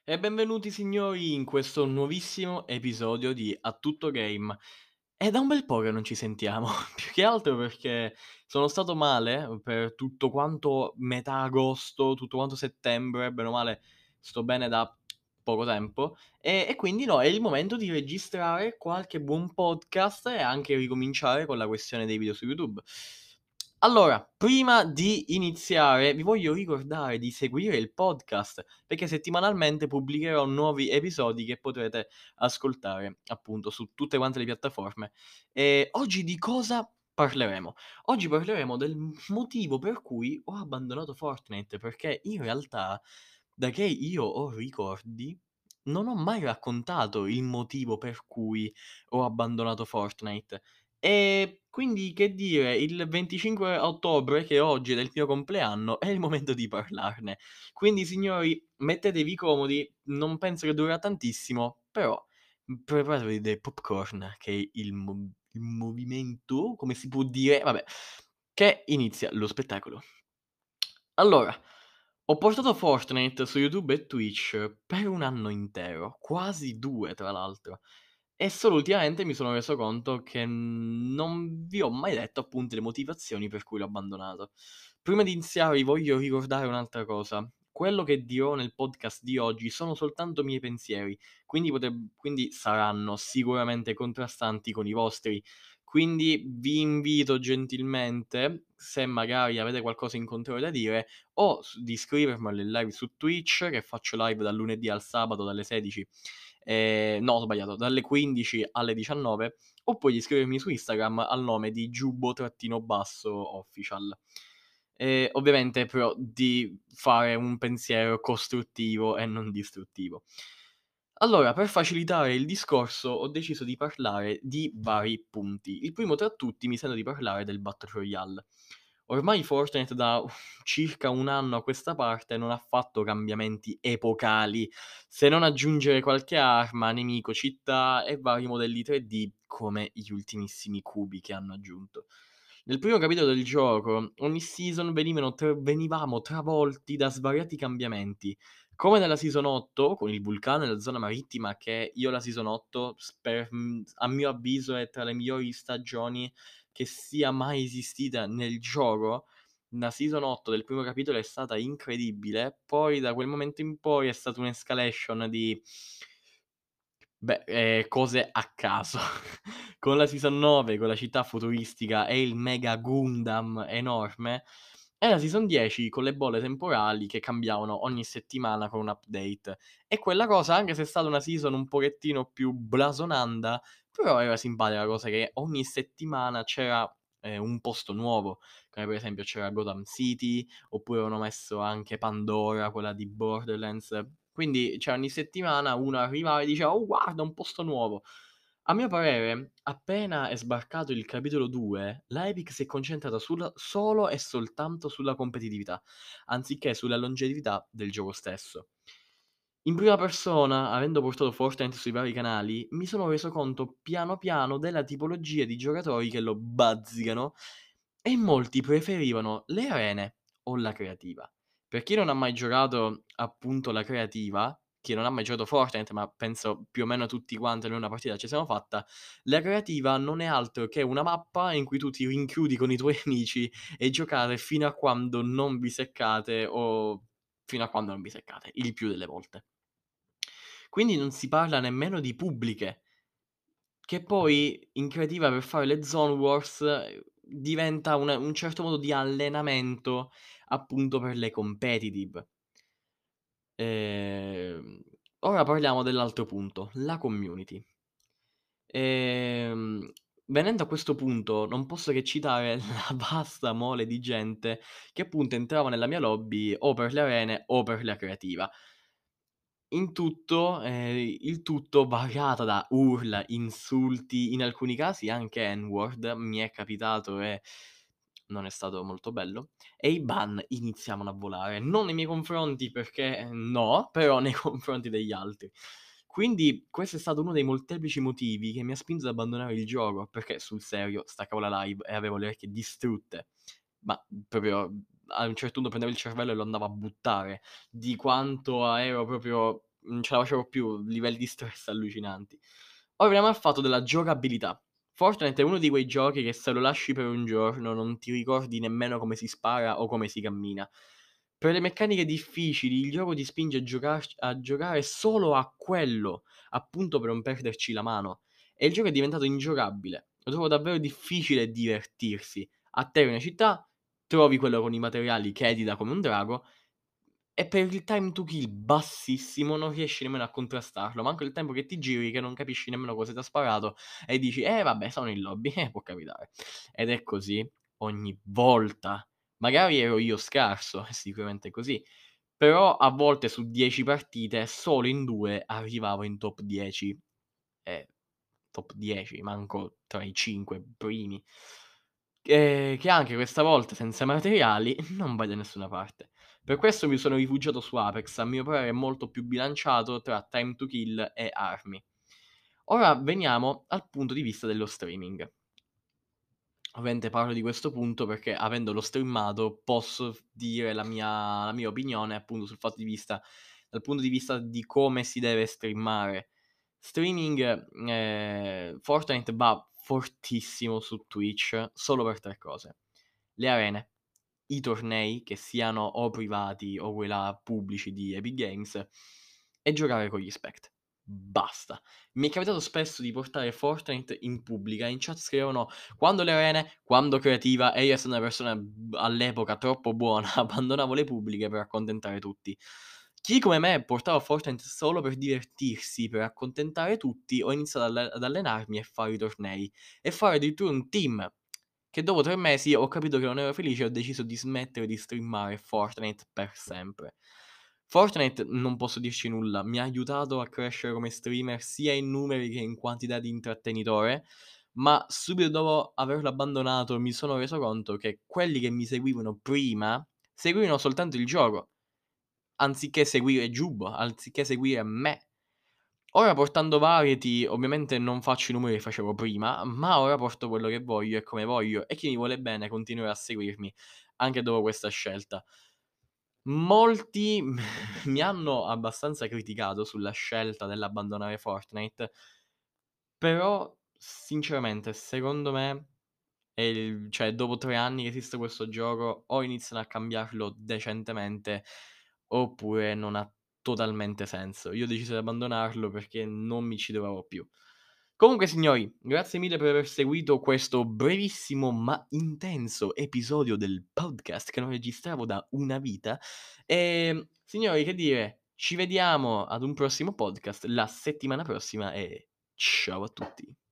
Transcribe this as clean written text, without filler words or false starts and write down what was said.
E benvenuti signori in questo nuovissimo episodio di A Tutto Game. È da un bel po' che non ci sentiamo, più che altro perché sono stato male per tutto quanto metà agosto, tutto quanto settembre, bene o male sto bene da poco tempo e quindi no, è il momento di registrare qualche buon podcast e anche ricominciare con la questione dei video su YouTube. Allora, prima di iniziare vi voglio ricordare di seguire il podcast perché settimanalmente pubblicherò nuovi episodi che potrete ascoltare, appunto, su tutte quante le piattaforme. Oggi di cosa parleremo? Oggi parleremo del motivo per cui ho abbandonato Fortnite, perché in realtà, da che io ho ricordi, non ho mai raccontato il motivo per cui ho abbandonato Fortnite. Quindi che dire, il 25 ottobre, che oggi è del mio compleanno, è il momento di parlarne. Quindi signori, mettetevi comodi, non penso che durerà tantissimo, però, preparatevi dei popcorn, che è il movimento, come si può dire, vabbè, che inizia lo spettacolo. Allora, ho portato Fortnite su YouTube e Twitch per 1 anno intero, quasi 2 tra l'altro, e solo ultimamente mi sono reso conto che non vi ho mai detto appunto le motivazioni per cui l'ho abbandonato. Prima di iniziare vi voglio ricordare un'altra cosa: quello che dirò nel podcast di oggi sono soltanto miei pensieri, quindi saranno sicuramente contrastanti con i vostri. Quindi vi invito gentilmente, se magari avete qualcosa in contrario da dire, o di iscrivermelo in live su Twitch, che faccio live dal lunedì al sabato dalle 16, no ho sbagliato, dalle 15 alle 19, oppure di iscrivermi su Instagram al nome di Giubbo_official. Ovviamente però di fare un pensiero costruttivo e non distruttivo. Allora, per facilitare il discorso ho deciso di parlare di vari punti. Il primo tra tutti mi sento di parlare del Battle Royale. Ormai Fortnite da circa 1 anno a questa parte non ha fatto cambiamenti epocali, se non aggiungere qualche arma, nemico, città e vari modelli 3D come gli ultimissimi cubi che hanno aggiunto. Nel primo capitolo del gioco, ogni season venivamo travolti da svariati cambiamenti, come nella season 8 con il vulcano e la zona marittima, che io la season 8 a mio avviso è tra le migliori stagioni che sia mai esistita nel gioco. La season 8 del primo capitolo è stata incredibile, poi da quel momento in poi è stata un'escalation di cose a caso. Con la season 9, con la città futuristica e il mega Gundam enorme, e la season 10 con le bolle temporali che cambiavano ogni settimana con un update. E quella cosa, anche se è stata una season un pochettino più blasonanda, però era simpatica la cosa che ogni settimana c'era, un posto nuovo, come per esempio c'era Gotham City, oppure avevano messo anche Pandora, quella di Borderlands. Quindi cioè ogni settimana uno arrivava e diceva: "Oh guarda un posto nuovo". A mio parere, appena è sbarcato il capitolo 2, la Epic si è concentrata solo e soltanto sulla competitività, anziché sulla longevità del gioco stesso. In prima persona, avendo portato Fortnite sui vari canali, mi sono reso conto piano piano della tipologia di giocatori che lo bazzicano e molti preferivano le arene o la creativa. Per chi non ha mai giocato appunto la creativa, chi non ha mai giocato Fortnite, ma penso più o meno tutti quanti noi una partita ce siamo fatta, la creativa non è altro che una mappa in cui tu ti rinchiudi con i tuoi amici e giocate fino a quando non vi seccate o fino a quando non vi seccate, il più delle volte. Quindi non si parla nemmeno di pubbliche, che poi in creativa per fare le zone wars diventa un certo modo di allenamento appunto per le competitive. Ehm, Ora parliamo dell'altro punto, la community. Ehm, Venendo a questo punto, non posso che citare la vasta mole di gente che appunto entrava nella mia lobby o per le arene o per la creativa. In tutto il tutto variata da urla, insulti, in alcuni casi anche N-word, mi è capitato e non è stato molto bello, e i ban iniziavano a volare. Non nei miei confronti perché no, però nei confronti degli altri. Quindi questo è stato uno dei molteplici motivi che mi ha spinto ad abbandonare il gioco, perché sul serio staccavo la live e avevo le orecchie distrutte, ma proprio a un certo punto prendevo il cervello e lo andavo a buttare di quanto ero proprio non ce la facevo più, livelli di stress allucinanti. Ora veniamo al fatto della giocabilità. Fortnite è uno di quei giochi che se lo lasci per un giorno non ti ricordi nemmeno come si spara o come si cammina. Per le meccaniche difficili il gioco ti spinge a giocare solo a quello, appunto per non perderci la mano. E il gioco è diventato ingiocabile. Lo trovo davvero difficile divertirsi. Atterri una città, trovi quello con i materiali che edita come un drago e per il time to kill bassissimo non riesci nemmeno a contrastarlo. Manco il tempo che ti giri che non capisci nemmeno cosa t'ha sparato e dici: vabbè sono in lobby, può capitare." Ed è così ogni volta. Magari ero io scarso, è sicuramente così, però a volte su 10 partite solo in 2 arrivavo in top 10. E top 10, manco tra i 5 primi. Che anche questa volta senza materiali non vai da nessuna parte. Per questo mi sono rifugiato su Apex, a mio parere è molto più bilanciato tra time to kill e armi. Ora veniamo al punto di vista dello streaming. Ovviamente parlo di questo punto perché avendolo streamato posso f dire la mia opinione appunto sul fatto di vista dal punto di vista di come si deve streamare. Streaming, Fortnite va fortissimo su Twitch solo per 3 cose: le arene, i tornei, che siano o privati o quelli là pubblici di Epic Games, e giocare con gli spect. Basta. Mi è capitato spesso di portare Fortnite in pubblica, in chat scrivevano: "Quando le arene, quando creativa", e io essendo una persona, all'epoca troppo buona, abbandonavo le pubbliche per accontentare tutti. Chi come me portava Fortnite solo per divertirsi, per accontentare tutti, ho iniziato ad allenarmi e fare i tornei e fare addirittura un team, che dopo 3 mesi ho capito che non ero felice e ho deciso di smettere di streamare Fortnite per sempre. Fortnite, non posso dirci nulla, mi ha aiutato a crescere come streamer sia in numeri che in quantità di intrattenitore, ma subito dopo averlo abbandonato mi sono reso conto che quelli che mi seguivano prima, seguivano soltanto il gioco, anziché seguire Giubbo, anziché seguire me. Ora portando variety, ovviamente non faccio i numeri che facevo prima, ma ora porto quello che voglio e come voglio e chi mi vuole bene continuerà a seguirmi anche dopo questa scelta. Molti mi hanno abbastanza criticato sulla scelta dell'abbandonare Fortnite, però sinceramente secondo me è cioè dopo 3 anni che esiste questo gioco o iniziano a cambiarlo decentemente, oppure non ha totalmente senso. Io ho deciso di abbandonarlo perché non mi ci trovavo più. Comunque signori, grazie mille per aver seguito questo brevissimo ma intenso episodio del podcast che non registravo da una vita. Signori che dire, ci vediamo ad un prossimo podcast la settimana prossima e ciao a tutti.